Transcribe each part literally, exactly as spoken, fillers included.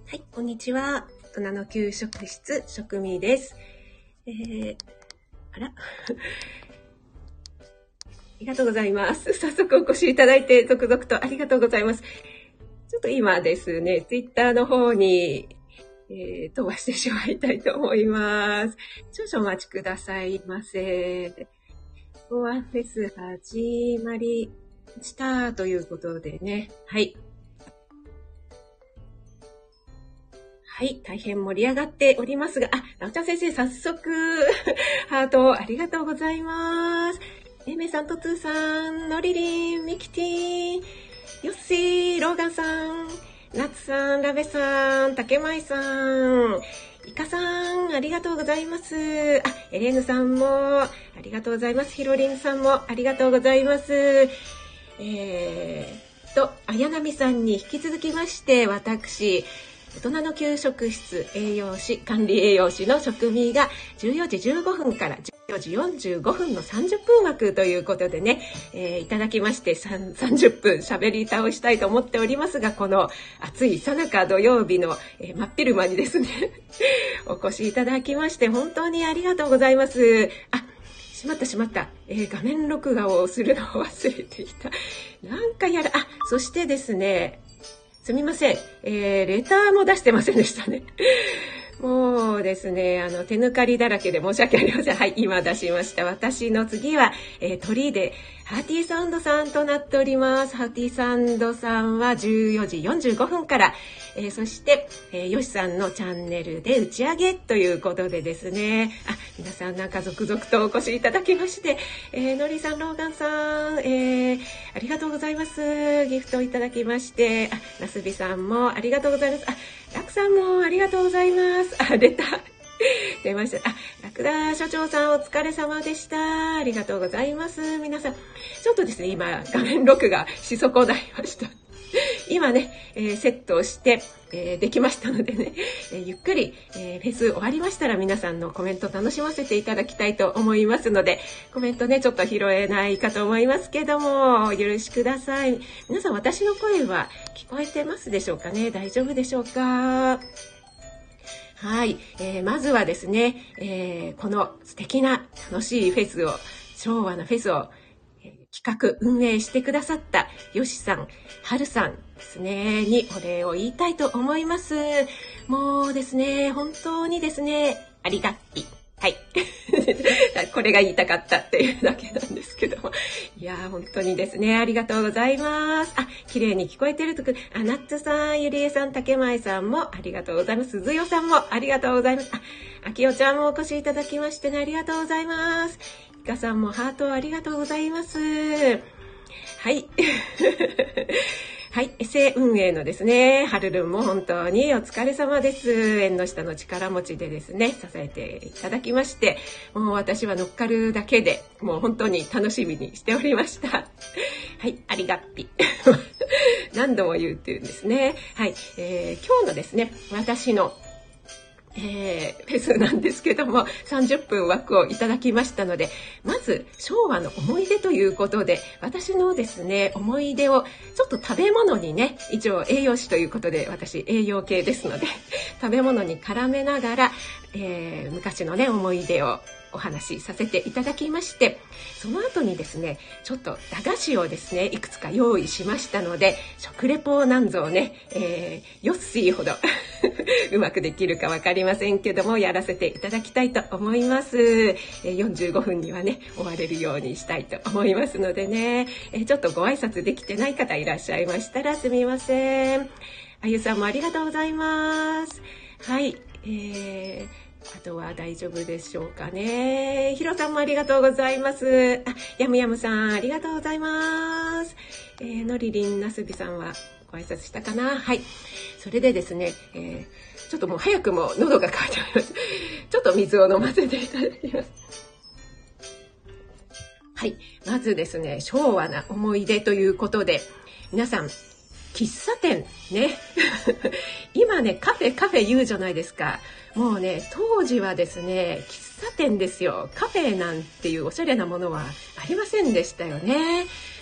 はい、こんにちは。大人の給食室、食味です。えー、あらありがとうございます。早速お越しいただいて続々とありがとうございます。ちょっと今ですね、ツイッターの方に、えー、飛ばしてしまいたいと思います。少々お待ちくださいませ。フォアフェス始まりましたということでね、はい。はい、大変盛り上がっておりますが、あ、なおちゃん先生、早速、ハートありがとうございます。めいめいさん、とつーさん、のりりん、みきてぃん、よっしー、ローガンさん、なつさん、ラベさん、たけまいさん、いかさん、ありがとうございます。あ、エレーヌさんも、ありがとうございます。ひろりんさんも、ありがとうございます。えーと、あやなみさんに引き続きまして、私、大人の給食室栄養士管理栄養士の食味がじゅうよじじゅうごふんからじゅうよじよんじゅうごふんのさんじゅっぷん枠ということでね、えー、いただきましてさんじゅっぷん喋り倒したいと思っておりますが、この暑いさなか土曜日の、えー、真っ昼間にですねお越しいただきまして本当にありがとうございます。あ、しまったしまった、えー、画面録画をするのを忘れていた。なんかやら、あ、そしてですね、すみません、えー、レターも出してませんでしたね。もうですね、あの手抜かりだらけで申し訳ありません。はい、今出しました。私の次は、えー、鳥でハーティーサウンドさんとなっております。ハーティーサウンドさんはじゅうよじよんじゅうごふんから、えー、そして、えー、よしさんのチャンネルで打ち上げということでですね、あ、皆さんなんか続々とお越しいただきまして、えー、のりさん、ローガンさん、えー、ありがとうございます。ギフトいただきまして、あ、なすびさんもありがとうございます。あ、ラクさんもありがとうございます。あ、出た。出ました。あ、ラクダ所長さんお疲れ様でした。ありがとうございます。皆さん、ちょっとですね、今、画面録画し損ないました。今ね、えー、セットをして、えー、できましたのでね、えー、ゆっくり、えー、フェス終わりましたら皆さんのコメント楽しませていただきたいと思いますので、コメントね、ちょっと拾えないかと思いますけども、お許しください。皆さん、私の声は聞こえてますでしょうかね？大丈夫でしょうか？はい、えー、まずはですね、えー、この素敵な楽しいフェスを、昭和のフェスを、企画運営してくださったよしさん、はるさんですねにお礼を言いたいと思います。もうですね、本当にですね、ありがい。はい。これが言いたかったっていうだけなんですけども。いやー、本当にですね、ありがとうございます。あ、綺麗に聞こえてるとく、あ、ナッツさん、ゆりえさん、たけまいさんもありがとうございます。すずよさんもありがとうございます。あ、あきおちゃんもお越しいただきましてね、ありがとうございます。いかさんもハートありがとうございます。はい。はい、エセ運営のですね、はるるんも本当にお疲れ様です。縁の下の力持ちでですね、支えていただきまして、もう私は乗っかるだけで、もう本当に楽しみにしておりました。はい、ありがっぴ。何度も言うっていうんですね。はい、えー、今日のですね、私のえー、フェスなんですけどもさんじゅっぷん枠をいただきましたので、まず昭和の思い出ということで、私のですね思い出をちょっと食べ物にね、一応栄養士ということで私栄養系ですので食べ物に絡めながら、えー、昔のね思い出をお話しさせていただきまして、その後にですねちょっと駄菓子をですねいくつか用意しましたので、食レポなんぞをね、えー、よっしーほどうまくできるか分かりませんけどもやらせていただきたいと思います。えー、よんじゅうごふんにはね終われるようにしたいと思いますのでね、えー、ちょっとご挨拶できてない方いらっしゃいましたらすみません。あゆさんもありがとうございます。はい、えーあとは大丈夫でしょうかね。ひろさんもありがとうございます。あ、やむやむさんありがとうございます。えー、のりりんなすびさんはご挨拶したかな。はい。それでですね、えー、ちょっともう早くも喉が渇いております。ちょっと水を飲ませていただきます。はい。まずですね、昭和な思い出ということで、皆さん、喫茶店ね。今ね、カフェカフェ言うじゃないですか。もうね、当時はですね、喫茶店ですよ。カフェなんていうおしゃれなものはありませんでしたよね。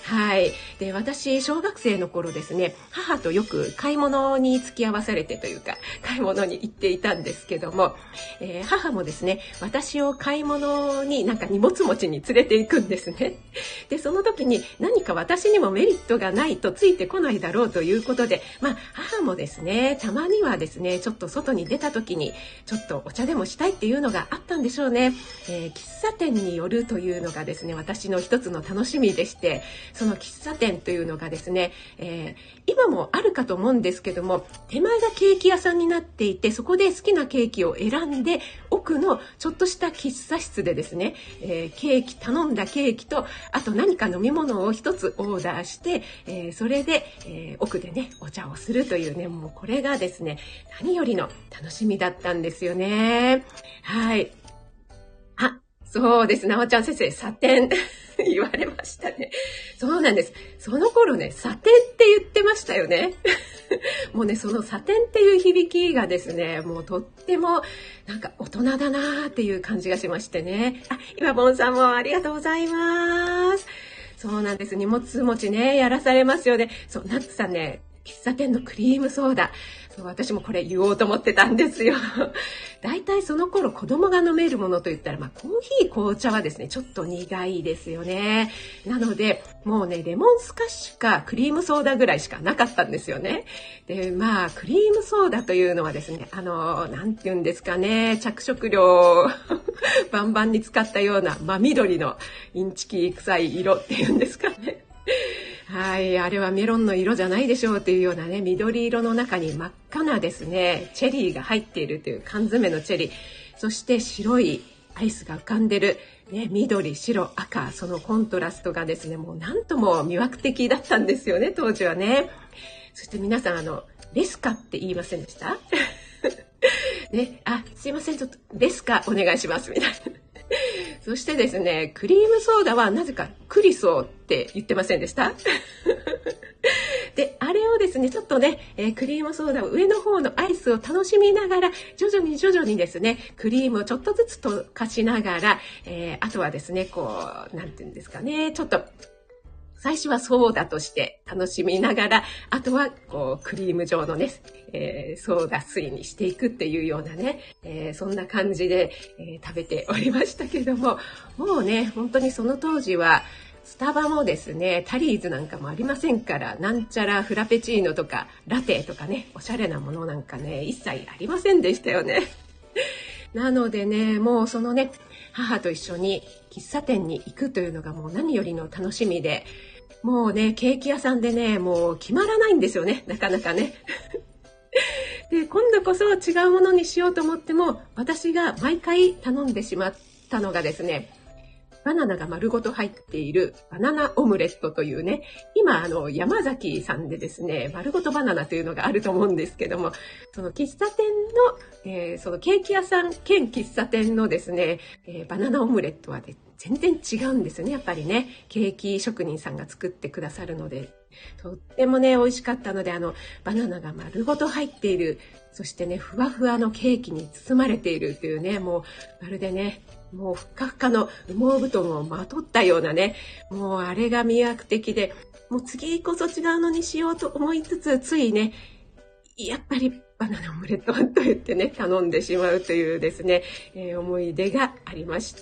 はい。で、私、小学生の頃ですね、母とよく買い物に付き合わされてというか、買い物に行っていたんですけども、えー、母もですね、私を買い物になんか荷物持ちに連れて行くんですね。で、その時に何か私にもメリットがないとついてこないだろうということで、まあ、母もですね、たまにはですね、ちょっと外に出た時に、ちょっとお茶でもしたいっていうのがあったんでしょうね。えー、喫茶店に寄るというのがですね、私の一つの楽しみでして、その喫茶店というのがですね、えー、今もあるかと思うんですけども、手前がケーキ屋さんになっていて、そこで好きなケーキを選んで、奥のちょっとした喫茶室でですね、えー、ケーキ、頼んだケーキと、あと何か飲み物を一つオーダーして、えー、それで、えー、奥でね、お茶をするというね、もうこれがですね、何よりの楽しみだったんですよね。はい。あ、そうです。なおちゃん先生、サテン言われましたね。そうなんです。その頃ね、サテンって言ってましたよね。もうね、そのサテンっていう響きがですね、もうとってもなんか大人だなーっていう感じがしましてね。あ、今ボンさんもありがとうございます。そうなんです。荷物持ちね、やらされますよね。そう、ナッツさんね、喫茶店のクリームソーダ。そう、私もこれ言おうと思ってたんですよ。だいたいその頃子供が飲めるものといったら、まあコーヒー、紅茶はですね、ちょっと苦いですよね。なので、もうね、レモンスカッシュかクリームソーダぐらいしかなかったんですよね。で、まあ、クリームソーダというのはですね、あの、なんて言うんですかね、着色料バンバンに使ったような真緑のインチキ臭い色っていうんですかね。はい、あれはメロンの色じゃないでしょうというようなね、緑色の中に真っ赤なですね、チェリーが入っているという缶詰のチェリー、そして白いアイスが浮かんでる、ね、緑、白、赤、そのコントラストがですね、もうなんとも魅惑的だったんですよね、当時はね。そして皆さん、あの、レスカって言いませんでしたね、あ、すいません、ちょっとレスカお願いします、みたいな。そしてですね、クリームソーダはなぜかクリソーって言ってませんでしたで、あれをですね、ちょっとね、えー、クリームソーダを上の方のアイスを楽しみながら、徐々に徐々にですね、クリームをちょっとずつ溶かしながら、えー、あとはですね、こう、なんていうんですかね、ちょっと、最初はソーダとして楽しみながら、あとはこうクリーム状のね、えー、ソーダ水にしていくっていうようなね、えー、そんな感じで、えー、食べておりましたけども、もうね、本当にその当時は、スタバもですね、タリーズなんかもありませんから、なんちゃらフラペチーノとかラテとかね、おしゃれなものなんかね、一切ありませんでしたよね。なのでね、もうそのね、母と一緒に喫茶店に行くというのがもう何よりの楽しみで、もうね、ケーキ屋さんでね、もう決まらないんですよね、なかなかね。で、今度こそ違うものにしようと思っても、私が毎回頼んでしまったのがですね、バナナが丸ごと入っているバナナオムレットというね、今あの山崎さんでですね、丸ごとバナナというのがあると思うんですけども、その喫茶店の、えー、そのケーキ屋さん兼喫茶店のですね、えー、バナナオムレットはで全然違うんですよね、やっぱりね。ケーキ職人さんが作ってくださるので、とってもね、美味しかったので、あの、バナナが丸ごと入っている、そしてね、ふわふわのケーキに包まれているというね、もう、まるでね、もうふかふかの羽毛布団をまとったようなね、もうあれが魅惑的で、もう次こそ違うのにしようと思いつつ、ついね、やっぱりバナナオムレットと言ってね、頼んでしまうというですね、えー、思い出がありました。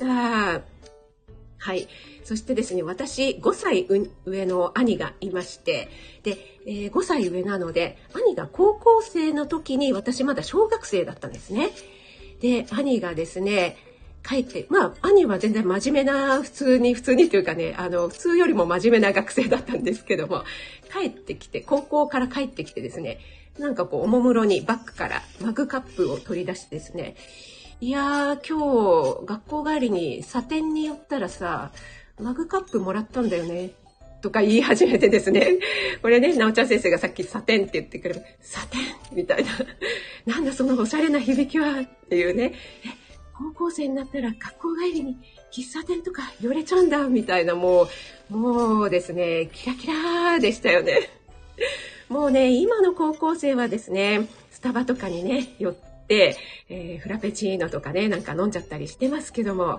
はい。そしてですね、私ごさい上の兄がいまして、で、えー、ごさい上なので、兄が高校生の時に私まだ小学生だったんですね。で、兄がですね、帰って、まあ、兄は全然真面目な、普通に、普通にというかね、あの、普通よりも真面目な学生だったんですけども、帰ってきて、高校から帰ってきてですね、なんかこう、おもむろにバッグからマグカップを取り出してですね、いやー、今日、学校帰りにサテンに寄ったらさ、マグカップもらったんだよね。とか言い始めてですね。これね、なおちゃん先生がさっきサテンって言ってくれる。サテンみたいな。なんだそのおしゃれな響きはっていうね。え、高校生になったら学校帰りに喫茶店とか寄れちゃうんだみたいな、もう、もうですね、キラキラでしたよね。もうね、今の高校生はですね、スタバとかにね、寄って、えー、フラペチーノとかね、なんか飲んじゃったりしてますけども、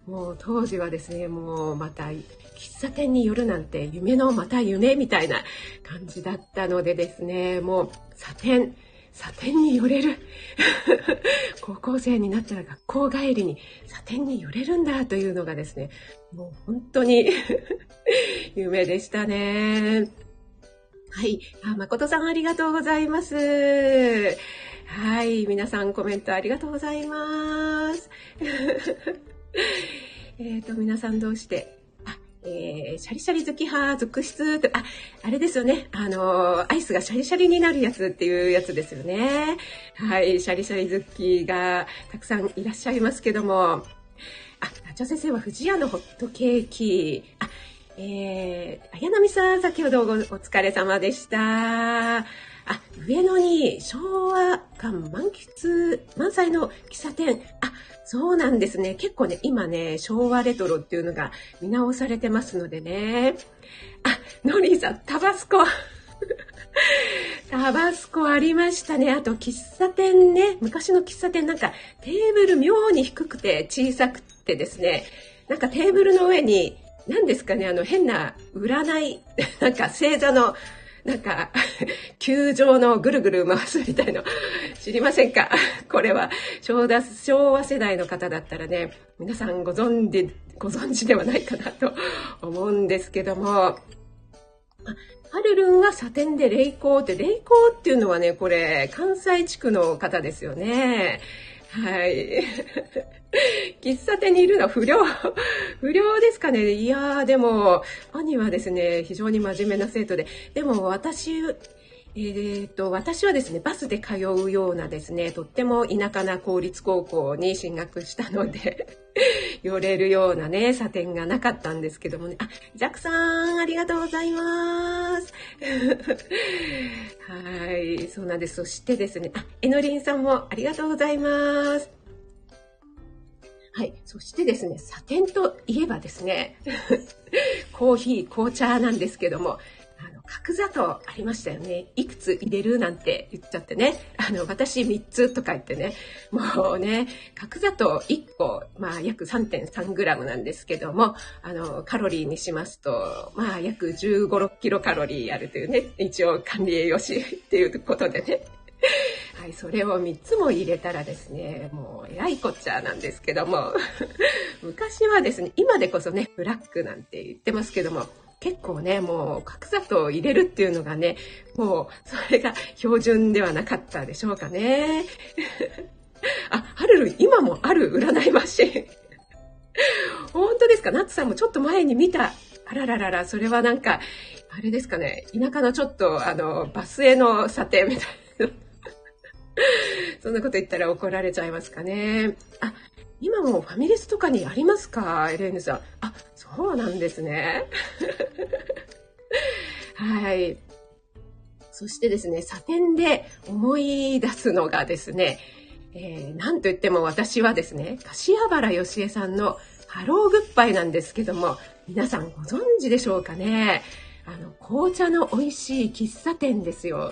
もう当時はですね、もうまた喫茶店に寄るなんて夢のまた夢みたいな感じだったのでですね、もうサテン、サテンに寄れる。高校生になったら学校帰りにサテンに寄れるんだというのがですね、もう本当に夢でしたね。はい。あ、誠さんありがとうございます。はい。皆さんコメントありがとうございます。えっと、皆さんどうして、あ、えー、シャリシャリ好き派続出と、あ、あれですよね。あの、アイスがシャリシャリになるやつっていうやつですよね。はい。シャリシャリ好きがたくさんいらっしゃいますけども。あ、ナチョ先生は富士屋のホットケーキ。あ、えー、綾波さん、先ほど お, お疲れ様でした。あ、上野に昭和感満喫、満載の喫茶店。あ、そうなんですね。結構ね、今ね、昭和レトロっていうのが見直されてますのでね。あ、ノリーさん、タバスコ。タバスコありましたね。あと、喫茶店ね。昔の喫茶店なんかテーブル妙に低くて小さくてですね。なんかテーブルの上に、何ですかね、あの変な占い、なんか星座の、なんか、球状のぐるぐる回すみたいの、知りませんか？これは昭和、昭和世代の方だったらね、皆さんご存知、ご存知ではないかなと思うんですけども、ハルルンはサテンで霊光って、霊光っていうのはね、これ、関西地区の方ですよね。はい。喫茶店にいるのは不良不良ですかね。いやーでも兄はですね非常に真面目な生徒で、でも私えー、と私はですねバスで通うようなですねとっても田舎な公立高校に進学したので寄れるようなねサテンがなかったんですけどもね。あ、ジャックさんありがとうございますはい、そうなんです。そしてですね、あ、えのりんさんもありがとうございます。はい。そしてですね、サテンといえばですね、コーヒー、紅茶なんですけども、あの、角砂糖ありましたよね。いくつ入れるなんて言っちゃってね。あの、私みっつとか言ってね。もうね、角砂糖いっこ、まあ約 さんてんさんグラム なんですけども、あの、カロリーにしますと、まあ約じゅうご、ろっキロカロリーあるというね、一応管理栄養士っていうことでね。はい、それをみっつも入れたらですね、もうえらいこっちゃなんですけども昔はですね、今でこそねブラックなんて言ってますけども、結構ねもう角砂糖を入れるっていうのがね、もうそれが標準ではなかったでしょうかねあ、はるる今もある占いマシン本当ですか？ナッツさんもちょっと前に見た。あらららら、それはなんかあれですかね、田舎のちょっとあのバスへの査定みたいなそんなこと言ったら怒られちゃいますかね。あ、今もファミレスとかにありますか？エレーヌさん。あ、そうなんですね。はい。そしてですね、サテンで思い出すのがですね、えー、なんといっても私はですね、柏原芳恵さんのハローグッバイなんですけども、皆さんご存知でしょうかね。あの、紅茶の美味しい喫茶店ですよ。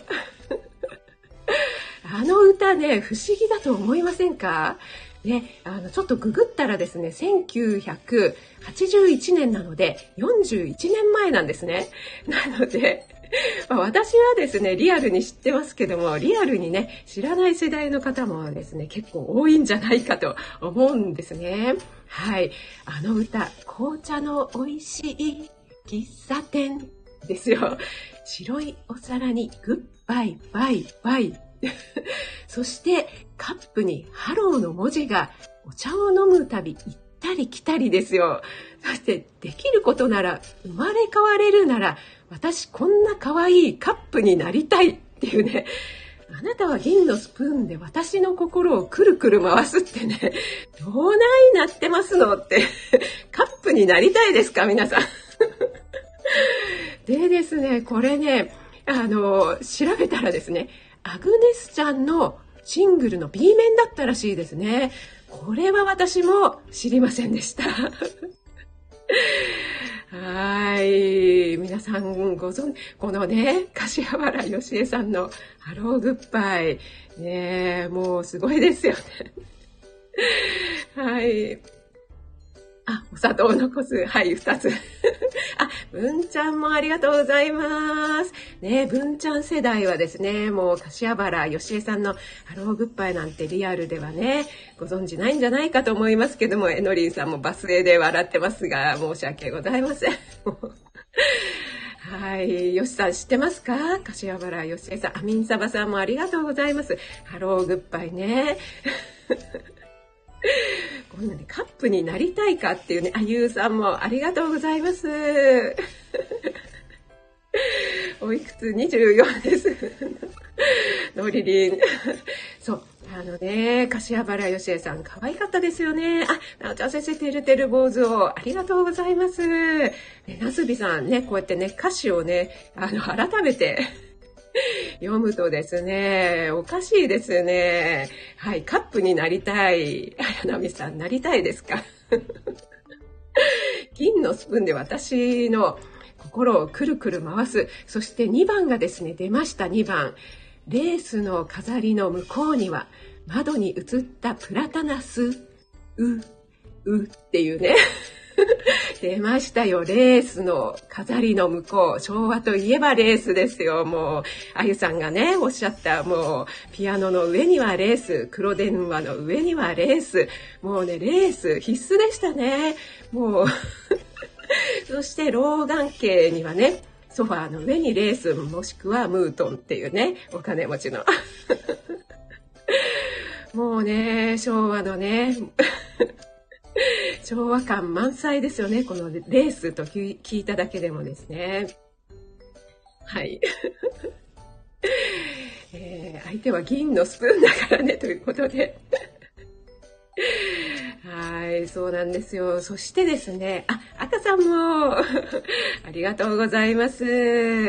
あの歌ね、不思議だと思いませんか？ね、あの、ちょっとググったらですね、せんきゅうひゃくはちじゅういちねんなので、よんじゅういちねんまえなんですね。なので、まあ、私はですね、リアルに知ってますけども、リアルにね、知らない世代の方もですね、結構多いんじゃないかと思うんですね。はい。あの歌、紅茶の美味しい喫茶店ですよ。白いお皿にグッバイバイバイ。そしてカップにハローの文字が、お茶を飲むたび行ったり来たりですよ。そしてできることなら、生まれ変われるなら、私こんな可愛いカップになりたいっていうね。あなたは銀のスプーンで私の心をくるくる回すってね、どうないなってますのってカップになりたいですか皆さんでですね、これね、あの調べたらですね、アグネスちゃんのシングルの B 面だったらしいですね。これは私も知りませんでしたはい。皆さんご存知、このね、柏原芳恵さんのハローグッバイ。ねえ、もうすごいですよね。はい。 あ、お砂糖を残す。はい、二つ。あ、文ちゃんもありがとうございます。ね、文ちゃん世代はですね、もう柏原よしえさんのハローグッバイなんてリアルではね、ご存知ないんじゃないかと思いますけども、えのりんさんもバス停で笑ってますが、申し訳ございません。はい。よしさん知ってますか？柏原よしえさん。アミンサバさんもありがとうございます。ハローグッバイね。こんなにカップになりたいかっていうね、あゆうさんもありがとうございます。おいくつ？にじゅうよんです。のりりん。そう。あのね、柏原よしえさん、可愛かったですよね。あ、なおちゃん先生、てるてる坊主を、ありがとうございます。ね、なすびさんね、こうやってね、歌詞をね、あの、改めて、読むとですね、おかしいですね。はい、カップになりたい。綾波さん、なりたいですか？銀のスプーンで私の心をくるくる回す。そしてにばんがですね、出ました、にばん。レースの飾りの向こうには、窓に映ったプラタナス、う、うっていうね。出ましたよ。レースの飾りの向こう。昭和といえばレースですよ。もう、あゆさんがね、おっしゃった、もう、ピアノの上にはレース、黒電話の上にはレース。もうね、レース必須でしたね。もう、そして老眼鏡にはね、ソファーの上にレース、もしくはムートンっていうね、お金持ちの。もうね、昭和のね、昭和感満載ですよね。このレースと聞いただけでもですね。はい。えー、相手は銀のスプーンだからね、ということで。はい、そうなんですよ。そしてですね、あ、赤さんも、ありがとうございます。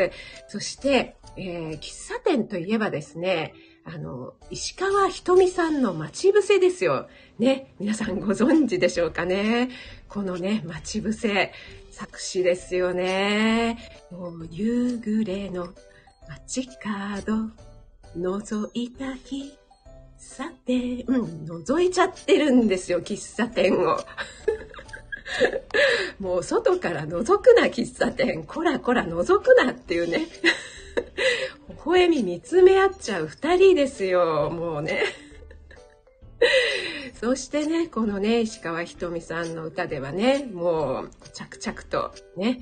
そして、えー、喫茶店といえばですね、あの、石川ひとみさんの待ち伏せですよ。ね、皆さんご存知でしょうかね。このね、待ち伏せ、作詞ですよね。もう夕暮れの街角、覗いた日、さて、うん、覗いちゃってるんですよ、喫茶店を。もう外から覗くな、喫茶店。こらこら覗くなっていうね。微笑み見つめ合っちゃう二人ですよ、もうね。そしてね、このね、石川ひとみさんの歌ではね、もう着々とね、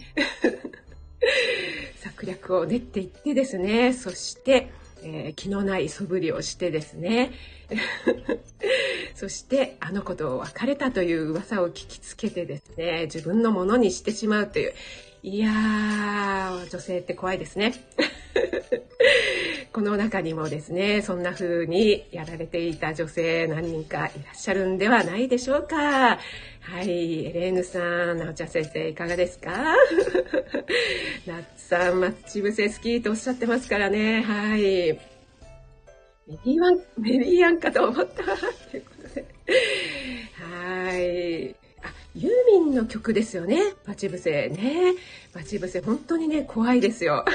策略を練っていってですね、そして、えー、気のない素振りをしてですね、そしてあの子と別れたという噂を聞きつけてですね、自分のものにしてしまうという、いやー、女性って怖いですね。この中にもですね、そんな風にやられていた女性何人かいらっしゃるんではないでしょうか。はい、エレーヌさん、なおちゃん先生いかがですか？ナッツさん、待ち伏せ好きとおっしゃってますからね。はい。メリーワン、メリーアンかと思った。ということで。はい。あ、ユーミンの曲ですよね。待ち伏せね。待ち伏せ、本当にね、怖いですよ。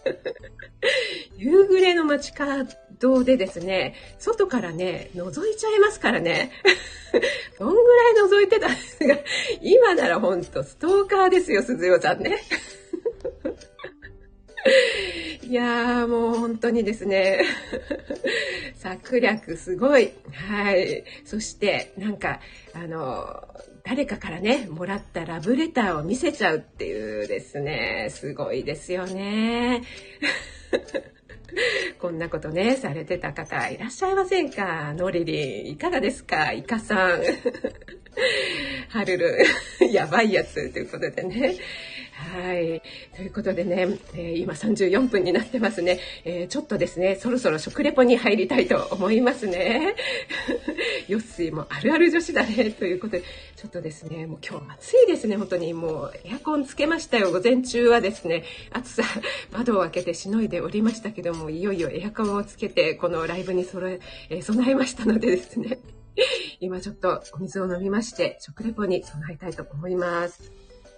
夕暮れの街角でですね、外からね、覗いちゃいますからね。どんぐらい覗いてたんですが、今ならほんとストーカーですよ、鈴代さんね。いやーもう本当にですね、策略すごい。はい。そしてなんか、あの、誰かからね、もらったラブレターを見せちゃうっていうですね、すごいですよね。こんなことね、されてた方いらっしゃいませんか？ノリリン、いかがですか？イカさん。ハルル、やばいやつということでね。はい。ということでね、えー、今さんじゅうよんぷんになってますね、えー。ちょっとですね、そろそろ食レポに入りたいと思いますね。ヨッシーもあるある女子だね。ということで、ちょっとですね、もう今日暑いですね。本当にもうエアコンつけましたよ。午前中はですね、暑さ、窓を開けてしのいでおりましたけども、いよいよエアコンをつけて、このライブにそれ、えー、備えましたのでですね、今ちょっとお水を飲みまして、食レポに備えたいと思います。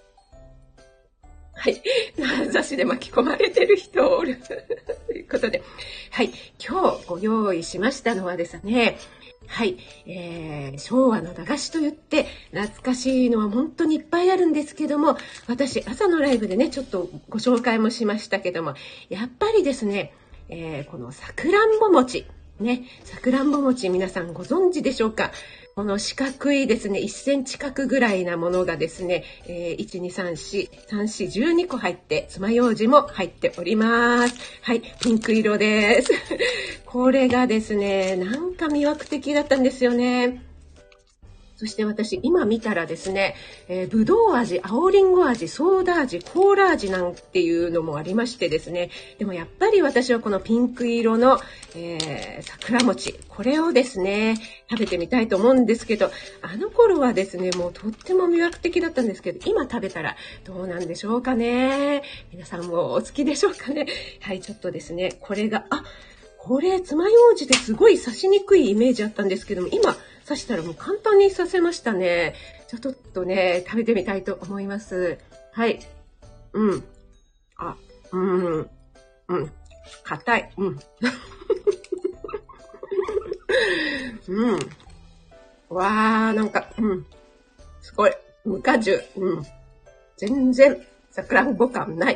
はい。雑誌で巻き込まれてる人おる。ということで。はい。今日ご用意しましたのはですね、 はい、えー、昭和の駄菓子と言って懐かしいのは本当にいっぱいあるんですけども、私朝のライブでねちょっとご紹介もしましたけども、やっぱりですね、えー、このさくらんぼ餅ね、さくらんぼ餅皆さんご存知でしょうか。この四角いですね、いっセンチ角ぐらいなものがですね、えー、いち、に、さん、よん、さん、よん、じゅうにこ入って、爪楊枝も入っております。はい、ピンク色です。これがですね、なんか魅惑的だったんですよね。そして私、今見たらですね、えー、ぶどう味、青りんご味、ソーダ味、コーラ味なんていうのもありましてですね。でもやっぱり私はこのピンク色の、えー、桜餅、これをですね、食べてみたいと思うんですけど、あの頃はですね、もうとっても魅惑的だったんですけど、今食べたらどうなんでしょうかね。皆さんもお好きでしょうかね。はい、ちょっとですね、これが、あ、これ、爪楊枝ですごい刺しにくいイメージあったんですけども、今、刺したらもう簡単に刺せましたね。じゃあちょっとね、食べてみたいと思います。はい。うん。あ、うん。うん。硬い。うん。うん。わー、なんか、うん。すごい。無果汁。うん。全然、さくらんぼ感ない。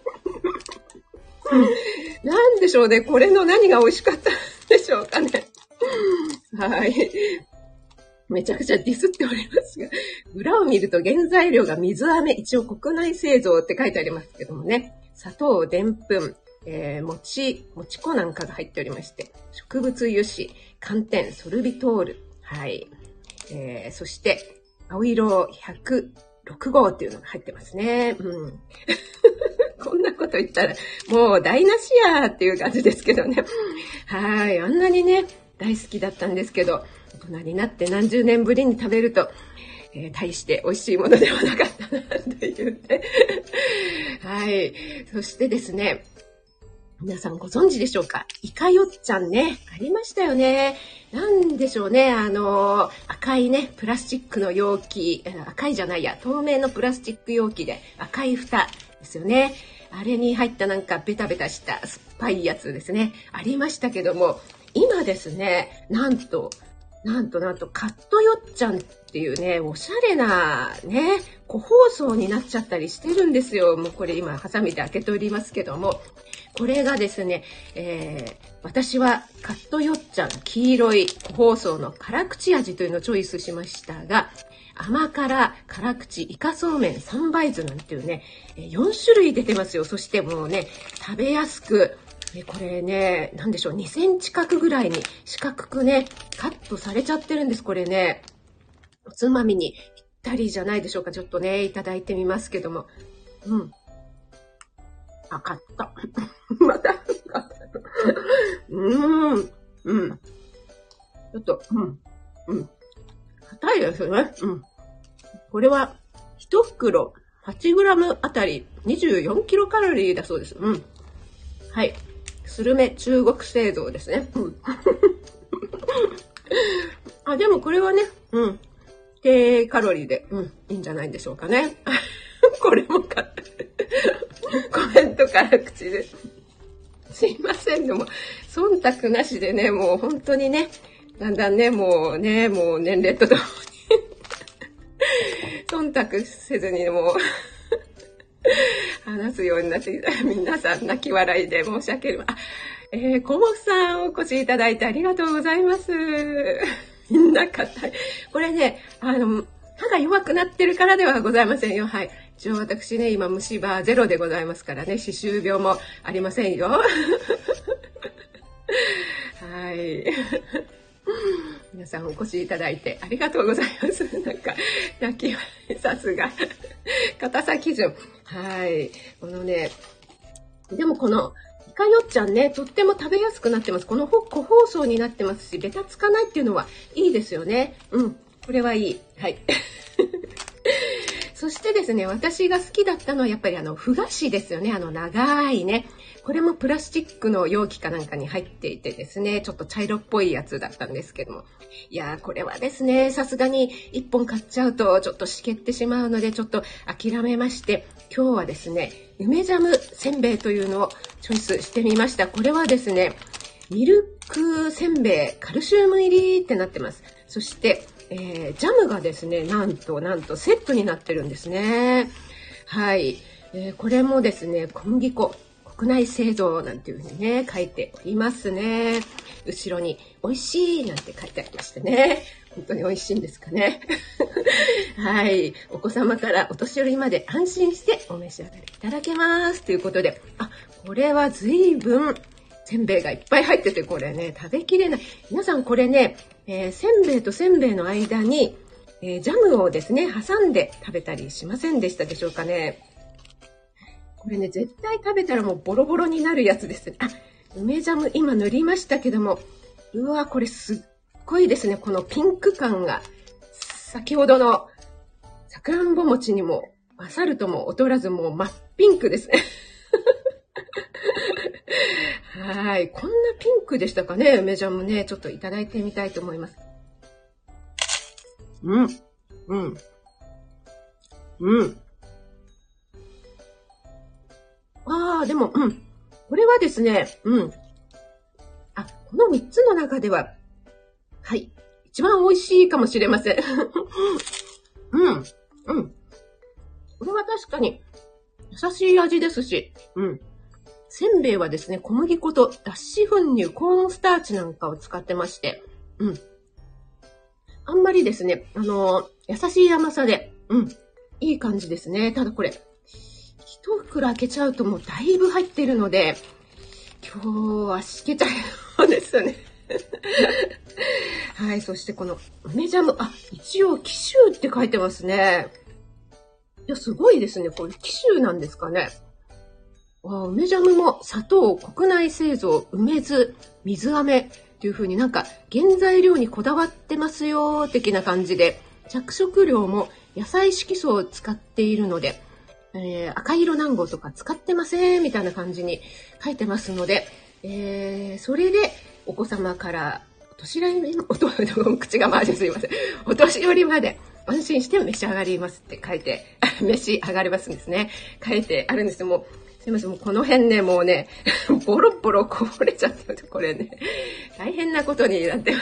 なんでしょうね。これの何が美味しかったんでしょうかね。はい。めちゃくちゃディスっておりますが、裏を見ると原材料が水飴、一応国内製造って書いてありますけどもね、砂糖、でんぷん、えー、餅、餅粉なんかが入っておりまして、植物油脂、寒天、ソルビトール、はい。えー、そして、青色ひゃくろく号っていうのが入ってますね。うん。こんなこと言ったら、もう台無しやーっていう感じですけどね。はい。あんなにね、大好きだったんですけど、大人になって何十年ぶりに食べると、えー、大して美味しいものではなかったな、と言って。はい。そしてですね、皆さんご存知でしょうか？イカよっちゃんね、ありましたよね。なんでしょうね、あの、赤いね、プラスチックの容器、赤いじゃないや、透明のプラスチック容器で赤い蓋ですよね。あれに入ったなんかベタベタした酸っぱいやつですね。ありましたけども、今ですね、なんと、なんとなんとカットよっちゃんっていうね、おしゃれなね、個包装になっちゃったりしてるんですよ。もうこれ今ハサミで開けておりますけども、これがですね、えー、私はカットよっちゃん黄色い個包装の辛口味というのをチョイスしましたが、甘辛辛口イカそうめんさん倍酢なんていうね、よん種類出てますよ。そしてもうね、食べやすく、これね、なんでしょう、にセンチ角ぐらいに四角くね、カットされちゃってるんです。これね、おつまみにぴったりじゃないでしょうか。ちょっとね、いただいてみますけども。うん。あ、買った。また、うーん。うん。ちょっと、うん。うん。硬いですよね。うん。これは、一袋はちグラムあたりにじゅうよんキロカロリーだそうです。うん。はい。スルメ中国製造ですね。うん。あ、でもこれはね、うん。低カロリーで、うん、いいんじゃないんでしょうかね。これも買って。コメントから口です。すいませんでも、忖度なしでね、もう本当にね、だんだんね、もうね、もう年齢とともに、忖度せずにもう、話すようになって、皆さん泣き笑いで申し訳ない。あ、えー、コモフさんお越しいただいてありがとうございます。みんな硬い。これね、あの、歯が弱くなってるからではございませんよ。はい。一応私ね、今虫歯ゼロでございますからね、歯周病もありませんよ。はい。皆さんお越しいただいてありがとうございます。なんか、泣き笑い、さすが。硬さ基準。はい。このね、でもこの、イカよっちゃんね、とっても食べやすくなってます。この個包装になってますし、ベタつかないっていうのはいいですよね。うん。これはいい。はい。そしてですね、私が好きだったのはやっぱりあの、ふ菓子ですよね。あの、長いね。これもプラスチックの容器かなんかに入っていてですね、ちょっと茶色っぽいやつだったんですけども。いやー、これはですね、さすがに一本買っちゃうとちょっとしけってしまうので、ちょっと諦めまして、今日はですね、梅ジャムせんべいというのをチョイスしてみました。これはですね、ミルクせんべいカルシウム入りってなってます。そして、えー、ジャムがですね、なんとなんとセットになってるんですね。はい。えー、これもですね、小麦粉、国内製造なんていうふうにね、書いておりますね。後ろに美味しいなんて書いてありましてね。本当に美味しいんですかね。はい。お子様からお年寄りまで安心してお召し上がりいただけます。ということで、あ、これは随分せんべいがいっぱい入ってて、これね、食べきれない。皆さんこれね、えー、せんべいとせんべいの間に、えー、ジャムをですね、挟んで食べたりしませんでしたでしょうかね。これね、絶対食べたらもうボロボロになるやつです。あ、梅ジャム今塗りましたけども、うわ、これすっごいですね。このピンク感が、先ほどのさくらんぼ餅にも勝るとも劣らず、もう真っピンクですね。はい。こんなピンクでしたかね、梅ジャムね。ちょっといただいてみたいと思います。うん。うん。うん。ああ、でも、うん。これはですね、うん。あ、このみっつの中では、はい。一番美味しいかもしれません。うん。うん。これは確かに優しい味ですし、うん。せんべいはですね、小麦粉と脱脂粉乳、コーンスターチなんかを使ってまして、うん。あんまりですね、あのー、優しい甘さで、うん。いい感じですね。ただこれ、一袋開けちゃうともうだいぶ入っているので、今日はしけちゃいですね。はい、そしてこの梅ジャム、あ、一応紀州って書いてますね。いや、すごいですね。これ紀州なんですかね。あ、梅ジャムも砂糖、国内製造、梅酢、水飴っていう風になんか原材料にこだわってますよ的な感じで、着色料も野菜色素を使っているので、えー、赤色南郷とか使ってませんみたいな感じに書いてますので、えー、それでお子様からお年寄り、おと口が回してすいません。お年寄りまで安心して召し上がりますって書いて、召し上がりますんですね。書いてあるんです。もう、すいません。もうこの辺ね、もうね、ボロボロこぼれちゃってる。これね、大変なことになってます。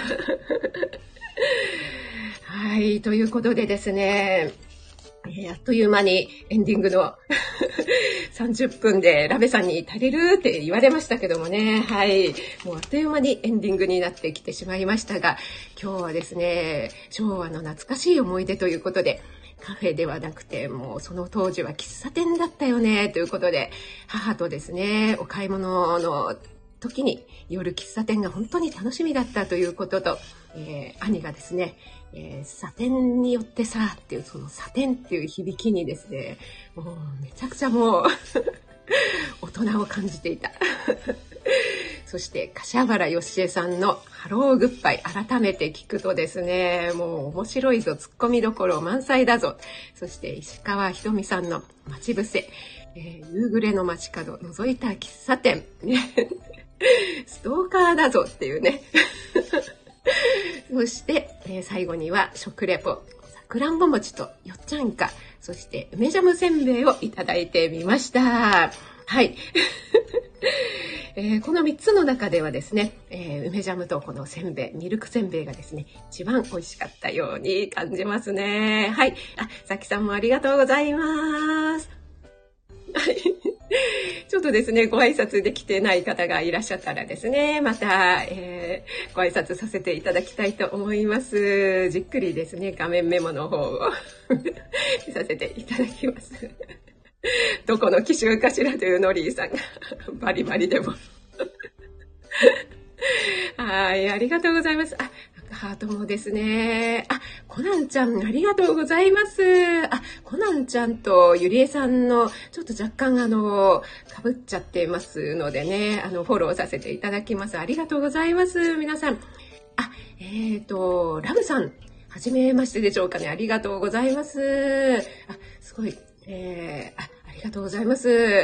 はい、ということでですね、えー、あっという間にエンディングのさんじゅっぷんでラベさんに足りるって言われましたけどもね。はい。もうあっという間にエンディングになってきてしまいましたが、今日はですね、昭和の懐かしい思い出ということで、カフェではなくて、もうその当時は喫茶店だったよね、ということで、母とですね、お買い物の時に夜喫茶店が本当に楽しみだったということと、えー、兄がですね、えー、サテンによってさっていうそのサテンっていう響きにですね、もうめちゃくちゃもう大人を感じていた。そして柏原芳恵さんのハローグッバイ、改めて聞くとですね、もう面白いぞ、ツッコミどころ満載だぞ。そして石川ひとみさんの待ち伏せ、えー、夕暮れの街角覗いた喫茶店、ね、ストーカーだぞっていうね。そして、えー、最後には食レポ、さくらんぼ餅とよっちゃんか、そして梅ジャムせんべいをいただいてみました。はい。えー、このみっつの中ではですね、えー、梅ジャムとこのせんべい、ミルクせんべいがですね、一番美味しかったように感じますね。はい。あ、さきさんもありがとうございます。はい。ちょっとですね、ご挨拶できてない方がいらっしゃったらですね、また、えー、ご挨拶させていただきたいと思います。じっくりですね、画面メモの方を見させていただきます。どこの機種かしらというノリーさんがバリバリでもはい、ありがとうございます。あ、ハートもですね。あ、コナンちゃんありがとうございます。あ、コナンちゃんとゆりえさんのちょっと若干あの被っちゃってますのでね、あのフォローさせていただきます。ありがとうございます。皆さん。あ、えっとラブさん、はじめましてでしょうかね。ありがとうございます。あ、すごい。えー、あ、ありがとうございます。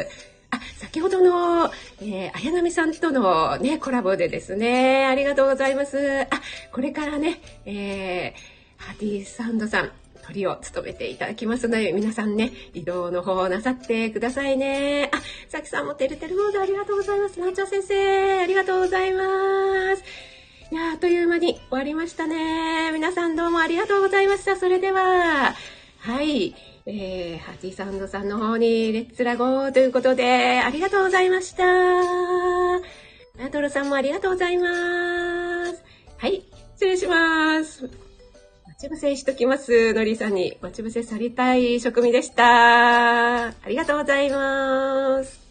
あ、先ほどの、えー、綾波さんとのね、コラボでですね、ありがとうございます。あ、これからね、えー、ハーティーサウンドさん、 鳥を務めていただきますので、皆さんね、移動の方をなさってくださいね。あ、さきさんもてるてるモードありがとうございます。なおちゃん先生、ありがとうございます。いやー、あっという間に終わりましたね。皆さんどうもありがとうございました。それでは、はい、えー、ハチサンドさんの方にレッツラゴーということで、ありがとうございました。ナトロさんもありがとうございます。はい、失礼します。待ち伏せしときます。のりさんに待ち伏せされたい職味でした。ありがとうございます。